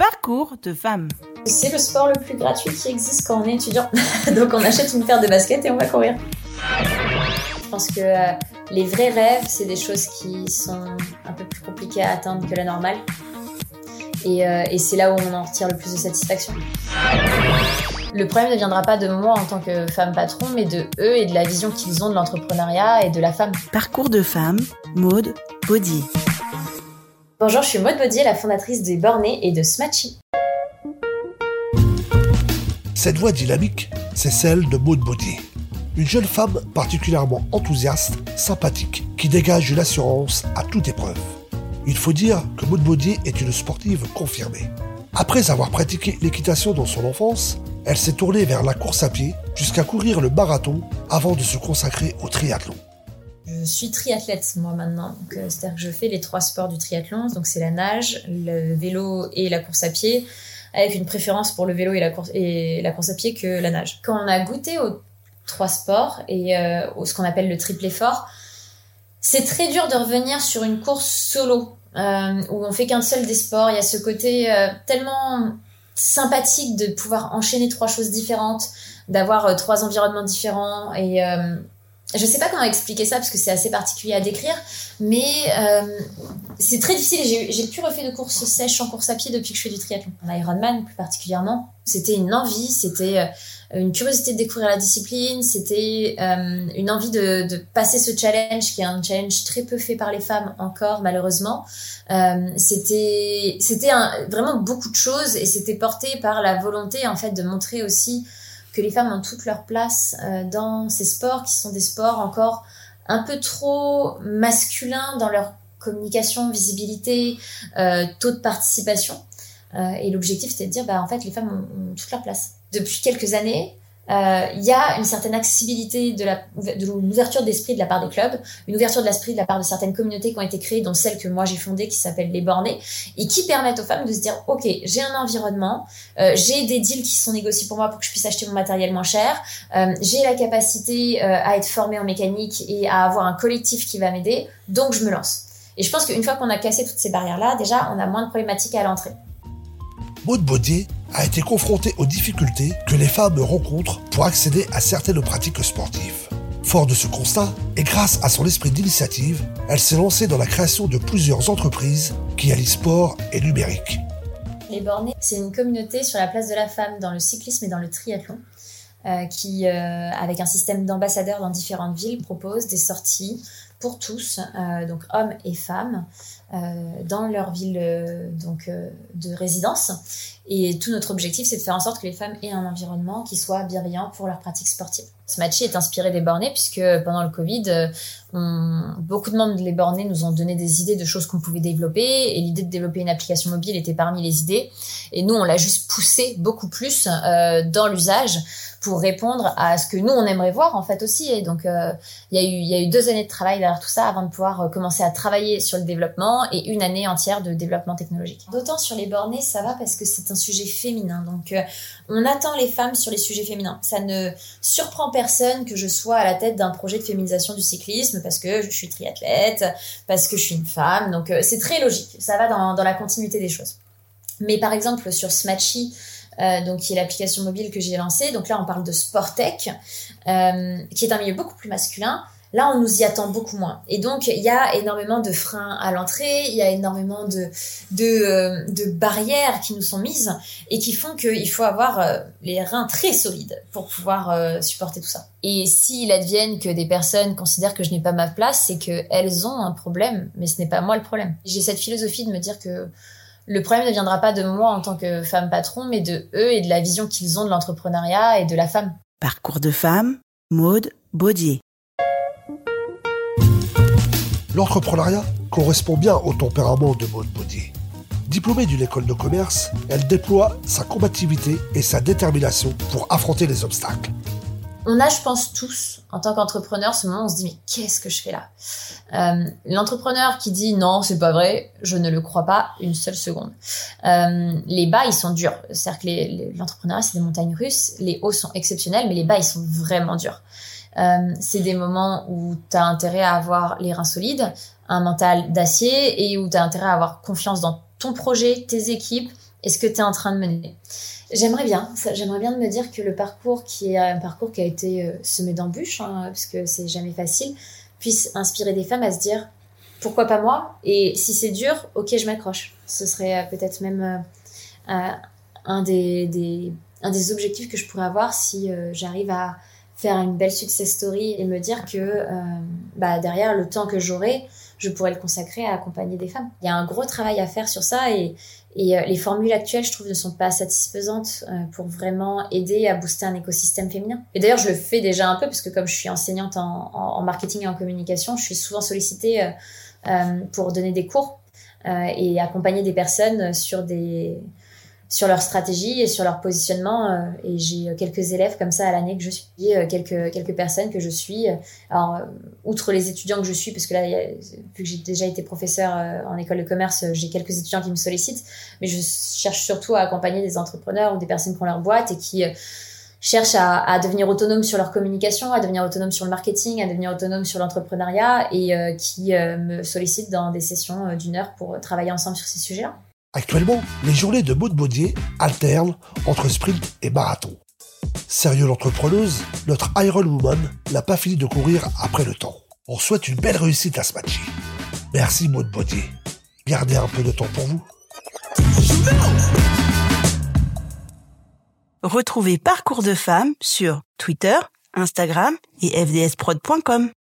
Parcours de femmes. C'est le sport le plus gratuit qui existe quand on est étudiant. Donc on achète une paire de baskets et on va courir. Je pense que les vrais rêves, c'est des choses qui sont un peu plus compliquées à atteindre que la normale. Et c'est là où on en retire le plus de satisfaction. Le problème ne viendra pas de moi en tant que femme patron, mais de eux et de la vision qu'ils ont de l'entrepreneuriat et de la femme. Parcours de femmes, Maud Baudier. Bonjour, je suis Maud Baudier, la fondatrice des Bornés et de Smatchy. Cette voix dynamique, c'est celle de Maud Baudier. Une jeune femme particulièrement enthousiaste, sympathique, qui dégage une assurance à toute épreuve. Il faut dire que Maud Baudier est une sportive confirmée. Après avoir pratiqué l'équitation dans son enfance, elle s'est tournée vers la course à pied jusqu'à courir le marathon avant de se consacrer au triathlon. Je suis triathlète moi maintenant, c'est-à-dire que je fais les 3 sports du triathlon, donc c'est la nage, le vélo et la course à pied, avec une préférence pour le vélo et la course à pied que la nage. Quand on a goûté aux 3 sports et ce qu'on appelle le triple effort, c'est très dur de revenir sur une course solo où on fait qu'un seul des sports. Il y a ce côté tellement sympathique de pouvoir enchaîner 3 choses différentes, d'avoir 3 environnements différents et je sais pas comment expliquer ça parce que c'est assez particulier à décrire, mais c'est très difficile. J'ai plus refait de course sèche en course à pied depuis que je fais du triathlon. En Ironman plus particulièrement, c'était une envie, c'était une curiosité de découvrir la discipline, c'était une envie de passer ce challenge qui est un challenge très peu fait par les femmes encore malheureusement. C'était vraiment beaucoup de choses et c'était porté par la volonté en fait de montrer aussi que les femmes ont toute leur place dans ces sports qui sont des sports encore un peu trop masculins dans leur communication, visibilité, taux de participation. Et l'objectif, c'était de dire, en fait, les femmes ont toute leur place. Depuis quelques années, il y a une certaine accessibilité de l'ouverture d'esprit de la part des clubs, une ouverture de l'esprit de la part de certaines communautés qui ont été créées, dont celle que moi j'ai fondée, qui s'appelle les Bornés, et qui permettent aux femmes de se dire, ok, j'ai un environnement, j'ai des deals qui sont négociés pour moi pour que je puisse acheter mon matériel moins cher, j'ai la capacité à être formée en mécanique et à avoir un collectif qui va m'aider, donc je me lance. Et je pense qu'une fois qu'on a cassé toutes ces barrières-là, déjà, on a moins de problématiques à l'entrée. Maud Baudier a été confrontée aux difficultés que les femmes rencontrent pour accéder à certaines pratiques sportives. Fort de ce constat, et grâce à son esprit d'initiative, elle s'est lancée dans la création de plusieurs entreprises qui allient sport et numérique. Les Bornés, c'est une communauté sur la place de la femme dans le cyclisme et dans le triathlon qui, avec un système d'ambassadeurs dans différentes villes, propose des sorties pour tous, donc hommes et femmes, dans leur ville de résidence. Et tout notre objectif, c'est de faire en sorte que les femmes aient un environnement qui soit bienveillant pour leurs pratiques sportives. Smatchy est inspiré des Bornés puisque pendant le Covid, beaucoup de membres des Bornés nous ont donné des idées de choses qu'on pouvait développer et l'idée de développer une application mobile était parmi les idées. Et nous, on l'a juste poussé beaucoup plus dans l'usage pour répondre à ce que nous, on aimerait voir en fait aussi. Et donc, il y a eu 2 années de travail derrière tout ça avant de pouvoir commencer à travailler sur le développement et 1 année entière de développement technologique. D'autant sur les Bornés, ça va parce que c'est un sujet féminin. Donc, on attend les femmes sur les sujets féminins. Ça ne surprend personne que je sois à la tête d'un projet de féminisation du cyclisme parce que je suis triathlète, parce que je suis une femme. Donc, c'est très logique. Ça va dans la continuité des choses. Mais par exemple, sur Smatchy, donc qui est l'application mobile que j'ai lancée. Donc là, on parle de Sportech, qui est un milieu beaucoup plus masculin. Là, on nous y attend beaucoup moins. Et donc, il y a énormément de freins à l'entrée, il y a énormément de barrières qui nous sont mises et qui font qu'il faut avoir les reins très solides pour pouvoir supporter tout ça. Et s'il advienne que des personnes considèrent que je n'ai pas ma place, c'est qu'elles ont un problème, mais ce n'est pas moi le problème. J'ai cette philosophie de me dire que le problème ne viendra pas de moi en tant que femme patron, mais de eux et de la vision qu'ils ont de l'entrepreneuriat et de la femme. Parcours de femmes, Maud Baudier. L'entrepreneuriat correspond bien au tempérament de Maud Baudier. Diplômée d'une école de commerce, elle déploie sa combativité et sa détermination pour affronter les obstacles. On a, je pense, tous, en tant qu'entrepreneur, ce moment où on se dit « mais qu'est-ce que je fais là ?» L'entrepreneur qui dit « non, c'est pas vrai, je ne le crois pas une seule seconde ». Les bas, ils sont durs. C'est-à-dire que l'entrepreneuriat, c'est des montagnes russes. Les hauts sont exceptionnels, mais les bas, ils sont vraiment durs. C'est des moments où tu as intérêt à avoir les reins solides, un mental d'acier et où tu as intérêt à avoir confiance dans ton projet, tes équipes est-ce que tu es en train de mener? J'aimerais bien de me dire que le parcours qui est un parcours qui a été semé d'embûches, parce que c'est jamais facile, puisse inspirer des femmes à se dire pourquoi pas moi, et si c'est dur, ok, je m'accroche. Ce serait peut-être même un des objectifs que je pourrais avoir si j'arrive à faire une belle success story et me dire que derrière le temps que j'aurai, je pourrais le consacrer à accompagner des femmes. Il y a un gros travail à faire sur ça et les formules actuelles, je trouve, ne sont pas satisfaisantes pour vraiment aider à booster un écosystème féminin. Et d'ailleurs, je le fais déjà un peu parce que comme je suis enseignante en marketing et en communication, je suis souvent sollicitée pour donner des cours et accompagner des personnes sur leur stratégie et sur leur positionnement. Et j'ai quelques élèves comme ça à l'année que je suis, quelques personnes que je suis. Alors, outre les étudiants que je suis, parce que là, vu que j'ai déjà été professeure en école de commerce, j'ai quelques étudiants qui me sollicitent, mais je cherche surtout à accompagner des entrepreneurs ou des personnes qui ont leur boîte et qui cherchent à devenir autonomes sur leur communication, à devenir autonomes sur le marketing, à devenir autonomes sur l'entrepreneuriat et qui me sollicitent dans des sessions d'1 heure pour travailler ensemble sur ces sujets-là. Actuellement, les journées de Maud Baudier alternent entre sprint et marathon. Sérieuse entrepreneuse, notre Iron Woman n'a pas fini de courir après le temps. On souhaite une belle réussite à ce match. Merci Maud Baudier. Gardez un peu de temps pour vous. Retrouvez Parcours de femmes sur Twitter, Instagram et fdsprod.com.